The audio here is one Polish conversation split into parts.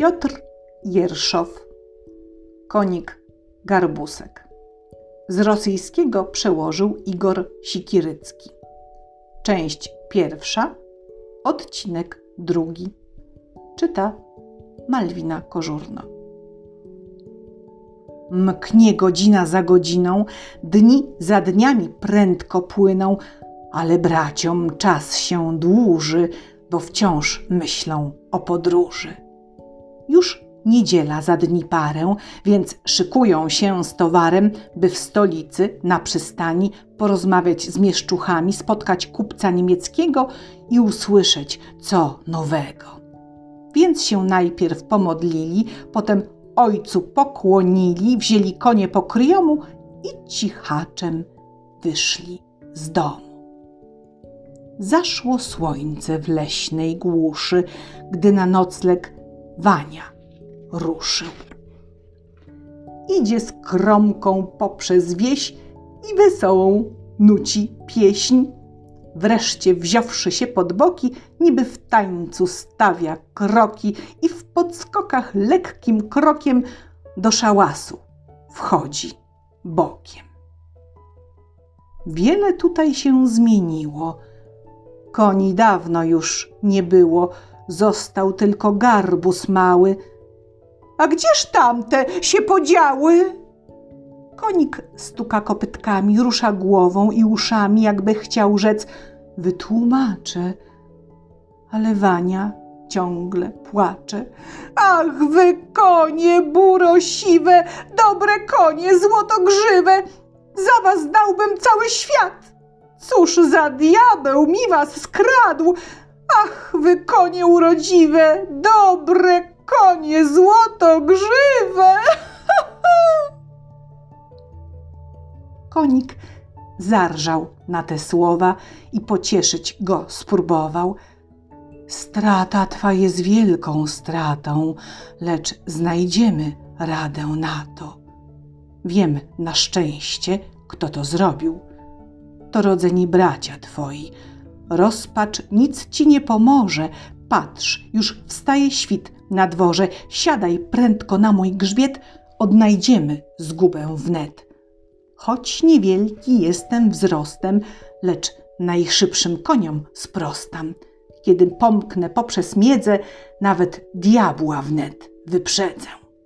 Piotr Jerszow. Konik Garbusek. Z rosyjskiego przełożył Igor Sikirycki. Część pierwsza, odcinek drugi. Czyta Malwina Kożurno. Mknie godzina za godziną, dni za dniami prędko płyną, ale braciom czas się dłuży, bo wciąż myślą o podróży. Już niedziela za dni parę, więc szykują się z towarem, by w stolicy na przystani porozmawiać z mieszczuchami, spotkać kupca niemieckiego i usłyszeć co nowego. Więc się najpierw pomodlili, potem ojcu pokłonili, wzięli konie po kryjomu i cichaczem wyszli z domu. Zaszło słońce w leśnej głuszy, gdy na nocleg Wania ruszył. Idzie z kromką poprzez wieś i wesołą nuci pieśń. Wreszcie wziąwszy się pod boki, niby w tańcu stawia kroki i w podskokach lekkim krokiem do szałasu wchodzi bokiem. Wiele tutaj się zmieniło. Koni dawno już nie było, został tylko garbus mały. A gdzież tamte się podziały? Konik stuka kopytkami, rusza głową i uszami, jakby chciał rzec: wytłumaczę. Ale Wania ciągle płacze. Ach, wy konie burosiwe, dobre konie złotogrzywe, za was dałbym cały świat. Cóż za diabeł mi was skradł? Ach, wy konie urodziwe, dobre konie złotogrzywe. Konik zarżał na te słowa i pocieszyć go spróbował. Strata twa jest wielką stratą, lecz znajdziemy radę na to. Wiem na szczęście, kto to zrobił. To rodzeni bracia twoi. Rozpacz nic ci nie pomoże. Patrz, już wstaje świt na dworze. Siadaj prędko na mój grzbiet, odnajdziemy zgubę wnet. Choć niewielki jestem wzrostem, lecz najszybszym koniom sprostam. Kiedy pomknę poprzez miedzę, nawet diabła wnet wyprzedzę.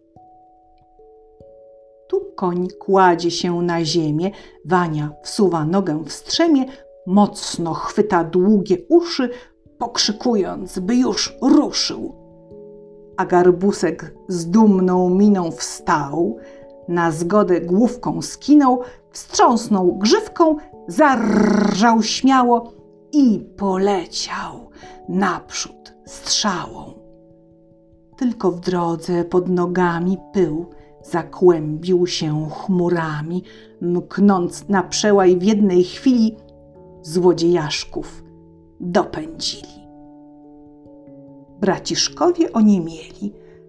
Tu koń kładzie się na ziemię, Wania wsuwa nogę w strzemię, mocno chwyta długie uszy, pokrzykując, by już ruszył. A Garbusek z dumną miną wstał, na zgodę główką skinął, wstrząsnął grzywką, zarżał śmiało i poleciał naprzód strzałą. Tylko w drodze pod nogami pył zakłębił się chmurami, mknąc na przełaj w jednej chwili złodziejaszków dopędzili. Braciszkowie oniemieli,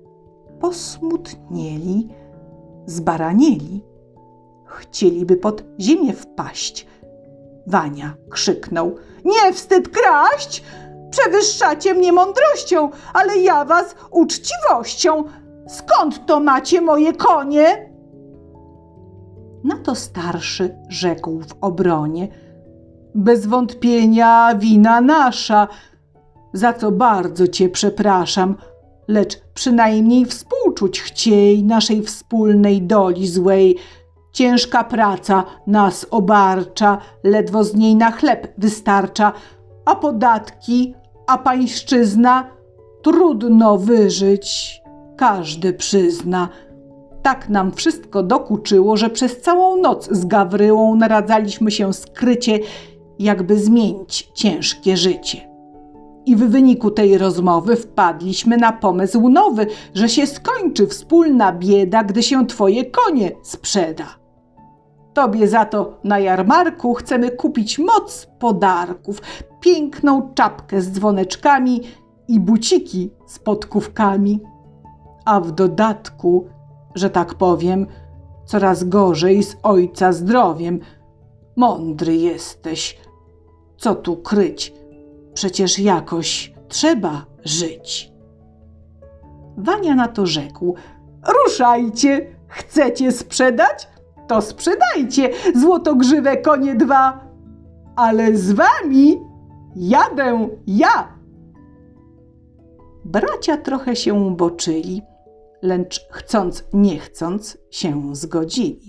posmutnieli, zbaranieli. Chcieliby pod ziemię wpaść. Wania krzyknął: nie wstyd kraść! Przewyższacie mnie mądrością, ale ja was uczciwością. Skąd to macie moje konie? Na to starszy rzekł w obronie: bez wątpienia wina nasza, za co bardzo cię przepraszam, lecz przynajmniej współczuć chciej naszej wspólnej doli złej. Ciężka praca nas obarcza, ledwo z niej na chleb wystarcza, a podatki, a pańszczyzna trudno wyżyć, każdy przyzna. Tak nam wszystko dokuczyło, że przez całą noc z Gawryłą naradzaliśmy się skrycie, jakby zmienić ciężkie życie. I w wyniku tej rozmowy wpadliśmy na pomysł nowy, że się skończy wspólna bieda, gdy się twoje konie sprzeda. Tobie za to na jarmarku chcemy kupić moc podarków, piękną czapkę z dzwoneczkami i buciki z podkówkami. A w dodatku, że tak powiem, coraz gorzej z ojca zdrowiem. Mądry jesteś, co tu kryć, przecież jakoś trzeba żyć. Wania na to rzekł: ruszajcie, chcecie sprzedać? To sprzedajcie złotogrzywę konie 2, ale z wami jadę ja. Bracia trochę się boczyli, lecz chcąc nie chcąc się zgodzili.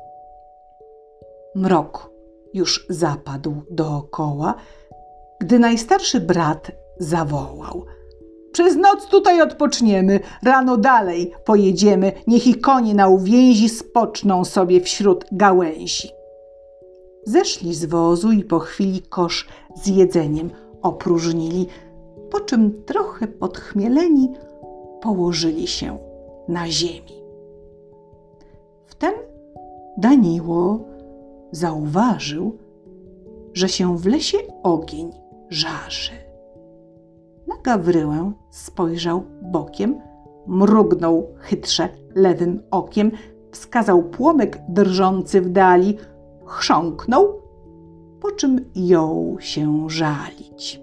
Mrok już zapadł dookoła, gdy najstarszy brat zawołał: przez noc tutaj odpoczniemy, rano dalej pojedziemy, niech ich konie na uwięzi spoczną sobie wśród gałęzi. Zeszli z wozu i po chwili kosz z jedzeniem opróżnili, po czym trochę podchmieleni położyli się na ziemi. Wtem Daniło zauważył, że się w lesie ogień żarzy. Na Gawryłę spojrzał bokiem, mrugnął chytrze lewym okiem, wskazał płomek drżący w dali, chrząknął, po czym jął się żalić.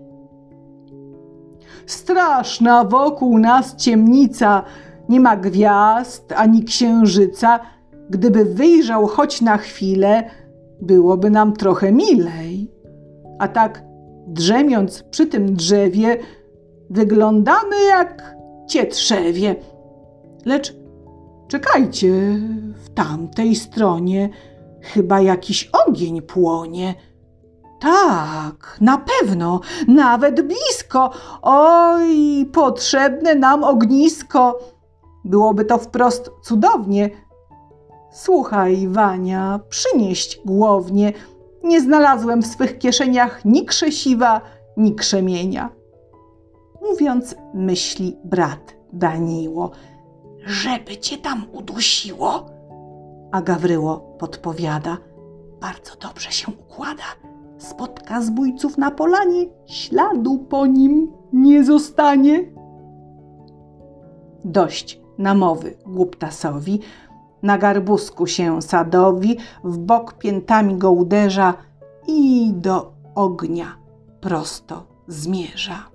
Straszna wokół nas ciemnica, nie ma gwiazd ani księżyca. Gdyby wyjrzał choć na chwilę, byłoby nam trochę milej. A tak drzemiąc przy tym drzewie, wyglądamy jak cietrzewie. Lecz czekajcie, w tamtej stronie chyba jakiś ogień płonie. Tak, na pewno, nawet blisko. Oj, potrzebne nam ognisko. Byłoby to wprost cudownie. Słuchaj, Wania, przynieść głownie. Nie znalazłem w swych kieszeniach ni krzesiwa, ni krzemienia. Mówiąc, myśli brat Daniło: żeby cię tam udusiło. A Gawryło podpowiada: bardzo dobrze się układa. Spotka zbójców na polanie, śladu po nim nie zostanie. Dość namowy głuptasowi, na garbusku się sadowi, w bok piętami go uderza i do ognia prosto zmierza.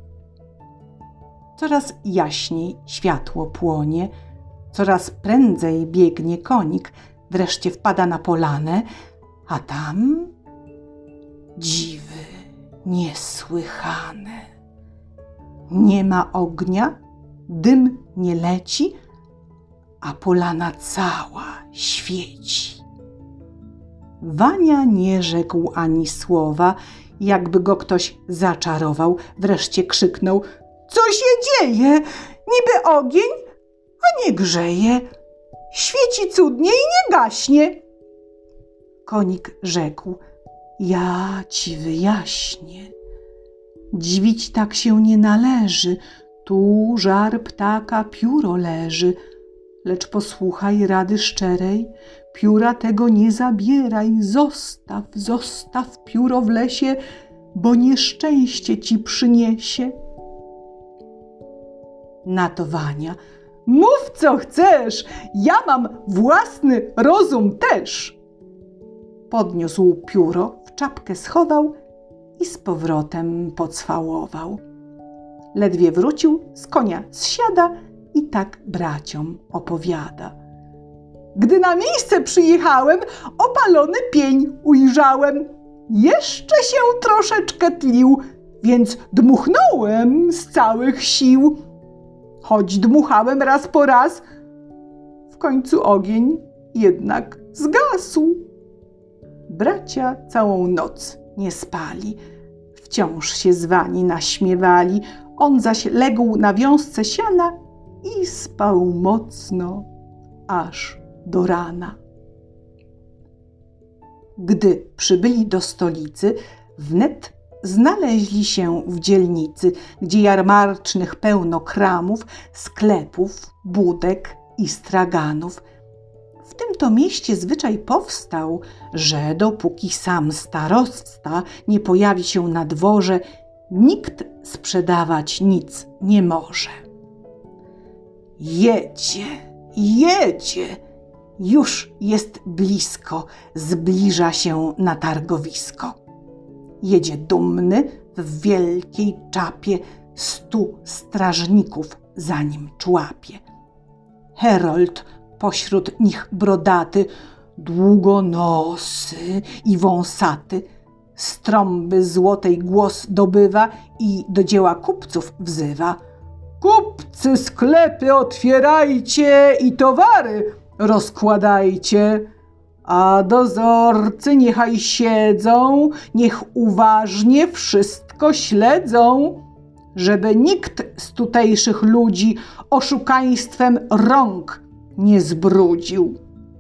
Coraz jaśniej światło płonie, coraz prędzej biegnie konik, wreszcie wpada na polanę, a tam dziwy niesłychane. Nie ma ognia, dym nie leci, a polana cała świeci. Wania nie rzekł ani słowa, jakby go ktoś zaczarował. Wreszcie krzyknął: co się dzieje? Niby ogień, a nie grzeje. Świeci cudnie i nie gaśnie. Konik rzekł: ja ci wyjaśnię. Dziwić tak się nie należy. Tu żar ptaka pióro leży. Lecz posłuchaj rady szczerej, pióra tego nie zabieraj. Zostaw, zostaw pióro w lesie, bo nieszczęście ci przyniesie. Na to Wania: mów co chcesz, ja mam własny rozum też. Podniósł pióro, w czapkę schował i z powrotem pocwałował. Ledwie wrócił, z konia zsiada i tak braciom opowiada: gdy na miejsce przyjechałem, opalony pień ujrzałem. Jeszcze się troszeczkę tlił, więc dmuchnąłem z całych sił. Choć dmuchałem raz po raz, w końcu ogień jednak zgasł. Bracia całą noc nie spali, wciąż się z Wani naśmiewali. On zaś legł na wiązce siana i spał mocno aż do rana. Gdy przybyli do stolicy, wnet znaleźli się w dzielnicy, gdzie jarmarcznych pełno kramów, sklepów, budek i straganów. W tym to mieście zwyczaj powstał, że dopóki sam starosta nie pojawi się na dworze, nikt sprzedawać nic nie może. Jedzie, jedzie, już jest blisko, zbliża się na targowisko. Jedzie dumny w wielkiej czapie, 100 strażników za nim człapie. Herold pośród nich brodaty, długonosy i wąsaty, z trąby złotej głos dobywa i do dzieła kupców wzywa. Kupcy, sklepy otwierajcie i towary rozkładajcie, a dozorcy niechaj siedzą, niech uważnie wszystko śledzą, żeby nikt z tutejszych ludzi oszukaństwem rąk nie zbrudził.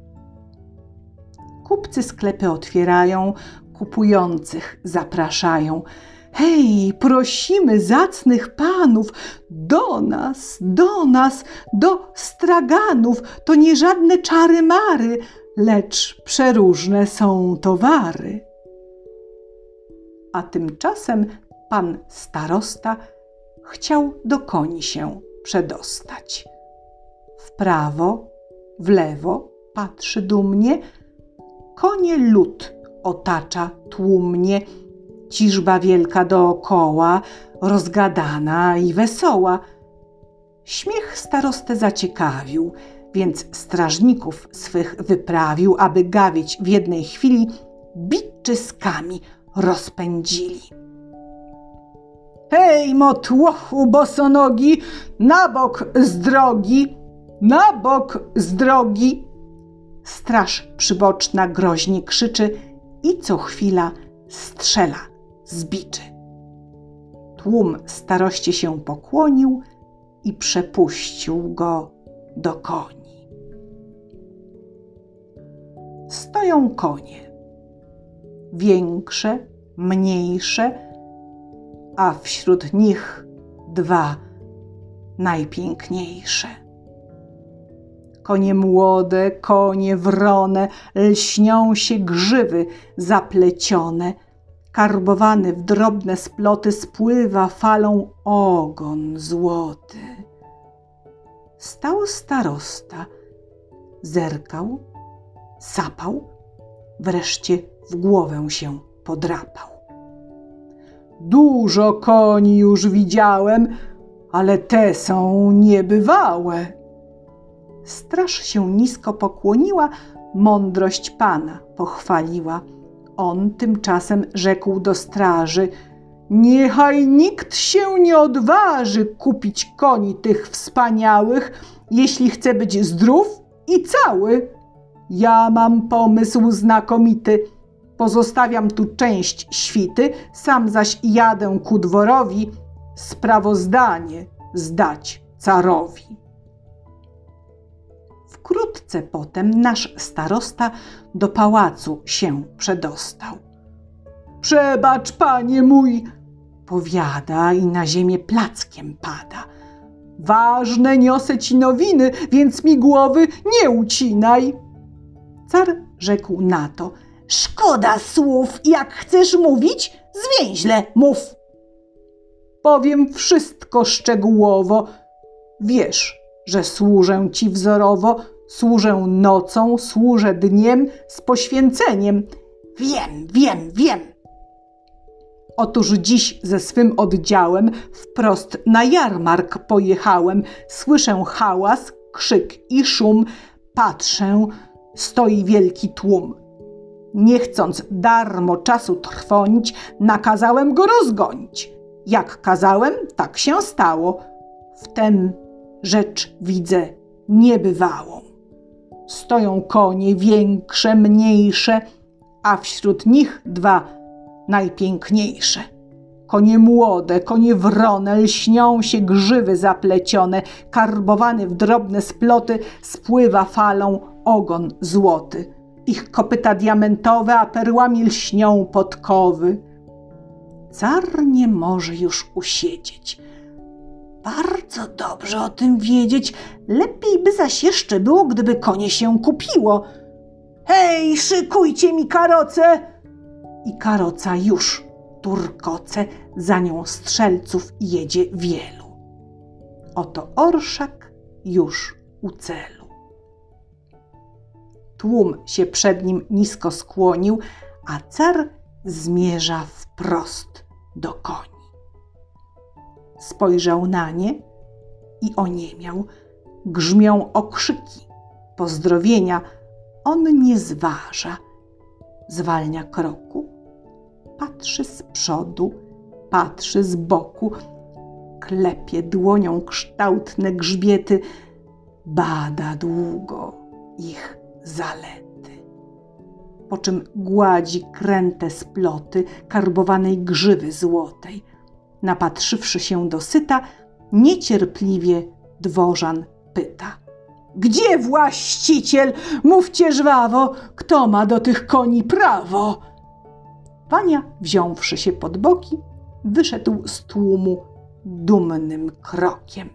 Kupcy sklepy otwierają, kupujących zapraszają. Hej, prosimy zacnych panów, do nas, do straganów, to nie żadne czary mary, lecz przeróżne są towary. A tymczasem pan starosta chciał do koni się przedostać. W prawo, w lewo patrzy dumnie, konie lud otacza tłumnie, ciżba wielka dookoła, rozgadana i wesoła. Śmiech starostę zaciekawił, więc strażników swych wyprawił, aby gawieć w jednej chwili bitczyskami rozpędzili. Hej, motłochu bosonogi, na bok z drogi, na bok z drogi! Straż przyboczna groźnie krzyczy i co chwila strzela z biczy. Tłum staroście się pokłonił i przepuścił go do koni. Stoją konie, większe, mniejsze, a wśród nich dwa najpiękniejsze. Konie młode, konie wrone, lśnią się grzywy zaplecione. Karbowany w drobne sploty spływa falą ogon złoty. Stał starosta, zerkał, sapał, wreszcie w głowę się podrapał. Dużo koni już widziałem, ale te są niebywałe. Straż się nisko pokłoniła, mądrość pana pochwaliła. On tymczasem rzekł do straży: niechaj nikt się nie odważy kupić koni tych wspaniałych, jeśli chce być zdrów i cały. Ja mam pomysł znakomity. Pozostawiam tu część świty, sam zaś jadę ku dworowi sprawozdanie zdać carowi. Wkrótce potem nasz starosta do pałacu się przedostał. Przebacz, panie mój, powiada i na ziemię plackiem pada. Ważne niosę ci nowiny, więc mi głowy nie ucinaj. Car rzekł na to: szkoda słów, jak chcesz mówić, zwięźle mów. Powiem wszystko szczegółowo. Wiesz, że służę ci wzorowo, służę nocą, służę dniem z poświęceniem. Wiem. Otóż dziś ze swym oddziałem wprost na jarmark pojechałem. Słyszę hałas, krzyk i szum. Patrzę, stoi wielki tłum. Nie chcąc darmo czasu trwonić, nakazałem go rozgonić. Jak kazałem, tak się stało. Wtem rzecz widzę niebywałą. Stoją konie większe, mniejsze, a wśród nich dwa najpiękniejsze. Konie młode, konie wrone, lśnią się grzywy zaplecione, karbowany w drobne sploty spływa falą ogon złoty. Ich kopyta diamentowe, a perłami lśnią podkowy. Car nie może już usiedzieć. Bardzo dobrze o tym wiedzieć, lepiej by zaś jeszcze było, gdyby konie się kupiło. Hej, szykujcie mi karocę! I karoca już turkoce, za nią strzelców jedzie wielu. Oto orszak już u celu. Tłum się przed nim nisko skłonił, a car zmierza wprost do koni. Spojrzał na nie, i oniemiał. Grzmią okrzyki, pozdrowienia. On nie zważa. Zwalnia kroku. Patrzy z przodu, patrzy z boku. Klepie dłonią kształtne grzbiety. Bada długo ich zalety. Po czym gładzi kręte sploty karbowanej grzywy złotej. Napatrzywszy się dosyta, niecierpliwie dworzan pyta. Gdzie właściciel? Mówcie żwawo, kto ma do tych koni prawo? Wania, wziąwszy się pod boki, wyszedł z tłumu dumnym krokiem.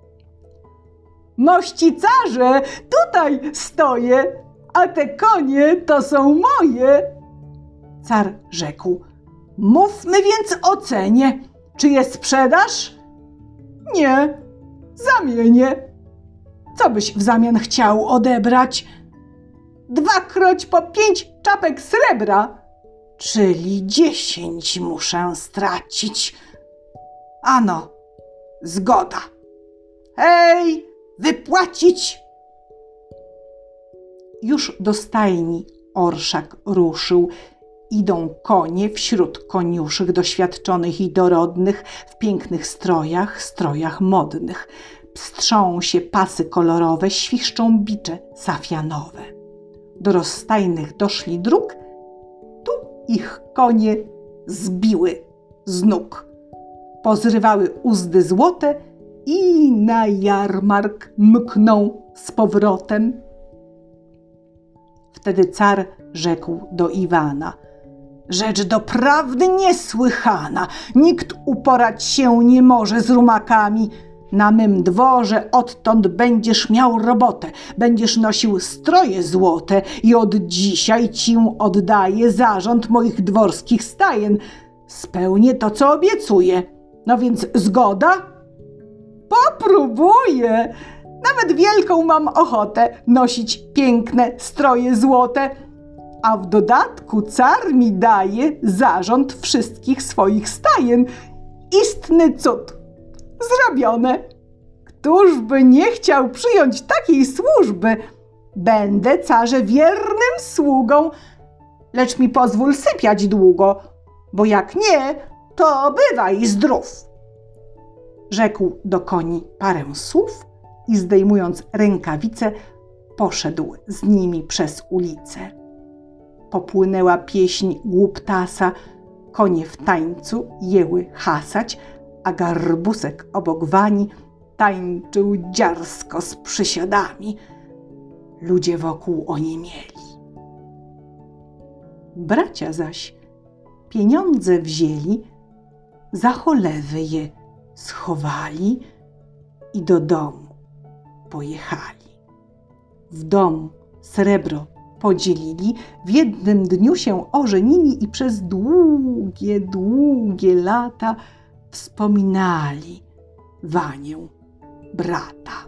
Mościcarze, tutaj stoję, a te konie to są moje. Car rzekł, mówmy więc o cenie. Czy je sprzedasz? Nie, zamienię. Co byś w zamian chciał odebrać? 2 po 5 czapek srebra, czyli 10 muszę stracić. Ano, zgoda. Hej, wypłacić! Już do stajni orszak ruszył. Idą konie wśród koniuszych doświadczonych i dorodnych, w pięknych strojach modnych. Pstrzą się pasy kolorowe, świszczą bicze safianowe. Do rozstajnych doszli dróg, tu ich konie zbiły z nóg. Pozrywały uzdy złote i na jarmark mkną z powrotem. Wtedy car rzekł do Iwana, rzecz doprawdy niesłychana, nikt uporać się nie może z rumakami. Na mym dworze odtąd będziesz miał robotę, będziesz nosił stroje złote i od dzisiaj ci oddaję zarząd moich dworskich stajen. Spełnię to, co obiecuję. No więc zgoda? Popróbuję. Nawet wielką mam ochotę nosić piękne stroje złote, a w dodatku car mi daje zarząd wszystkich swoich stajen. Istny cud. Zrobione. Któż by nie chciał przyjąć takiej służby? Będę carze wiernym sługą, lecz mi pozwól sypiać długo, bo jak nie, to bywaj zdrów. Rzekł do koni parę słów i zdejmując rękawice, poszedł z nimi przez ulicę. Popłynęła pieśń głuptasa, konie w tańcu jęły hasać, a garbusek obok Wani tańczył dziarsko z przysiadami. Ludzie wokół oniemieli. Bracia zaś pieniądze wzięli, za cholewy je schowali i do domu pojechali. W domu srebro podzielili, w jednym dniu się ożenili i przez długie, długie lata wspominali Wanię, brata.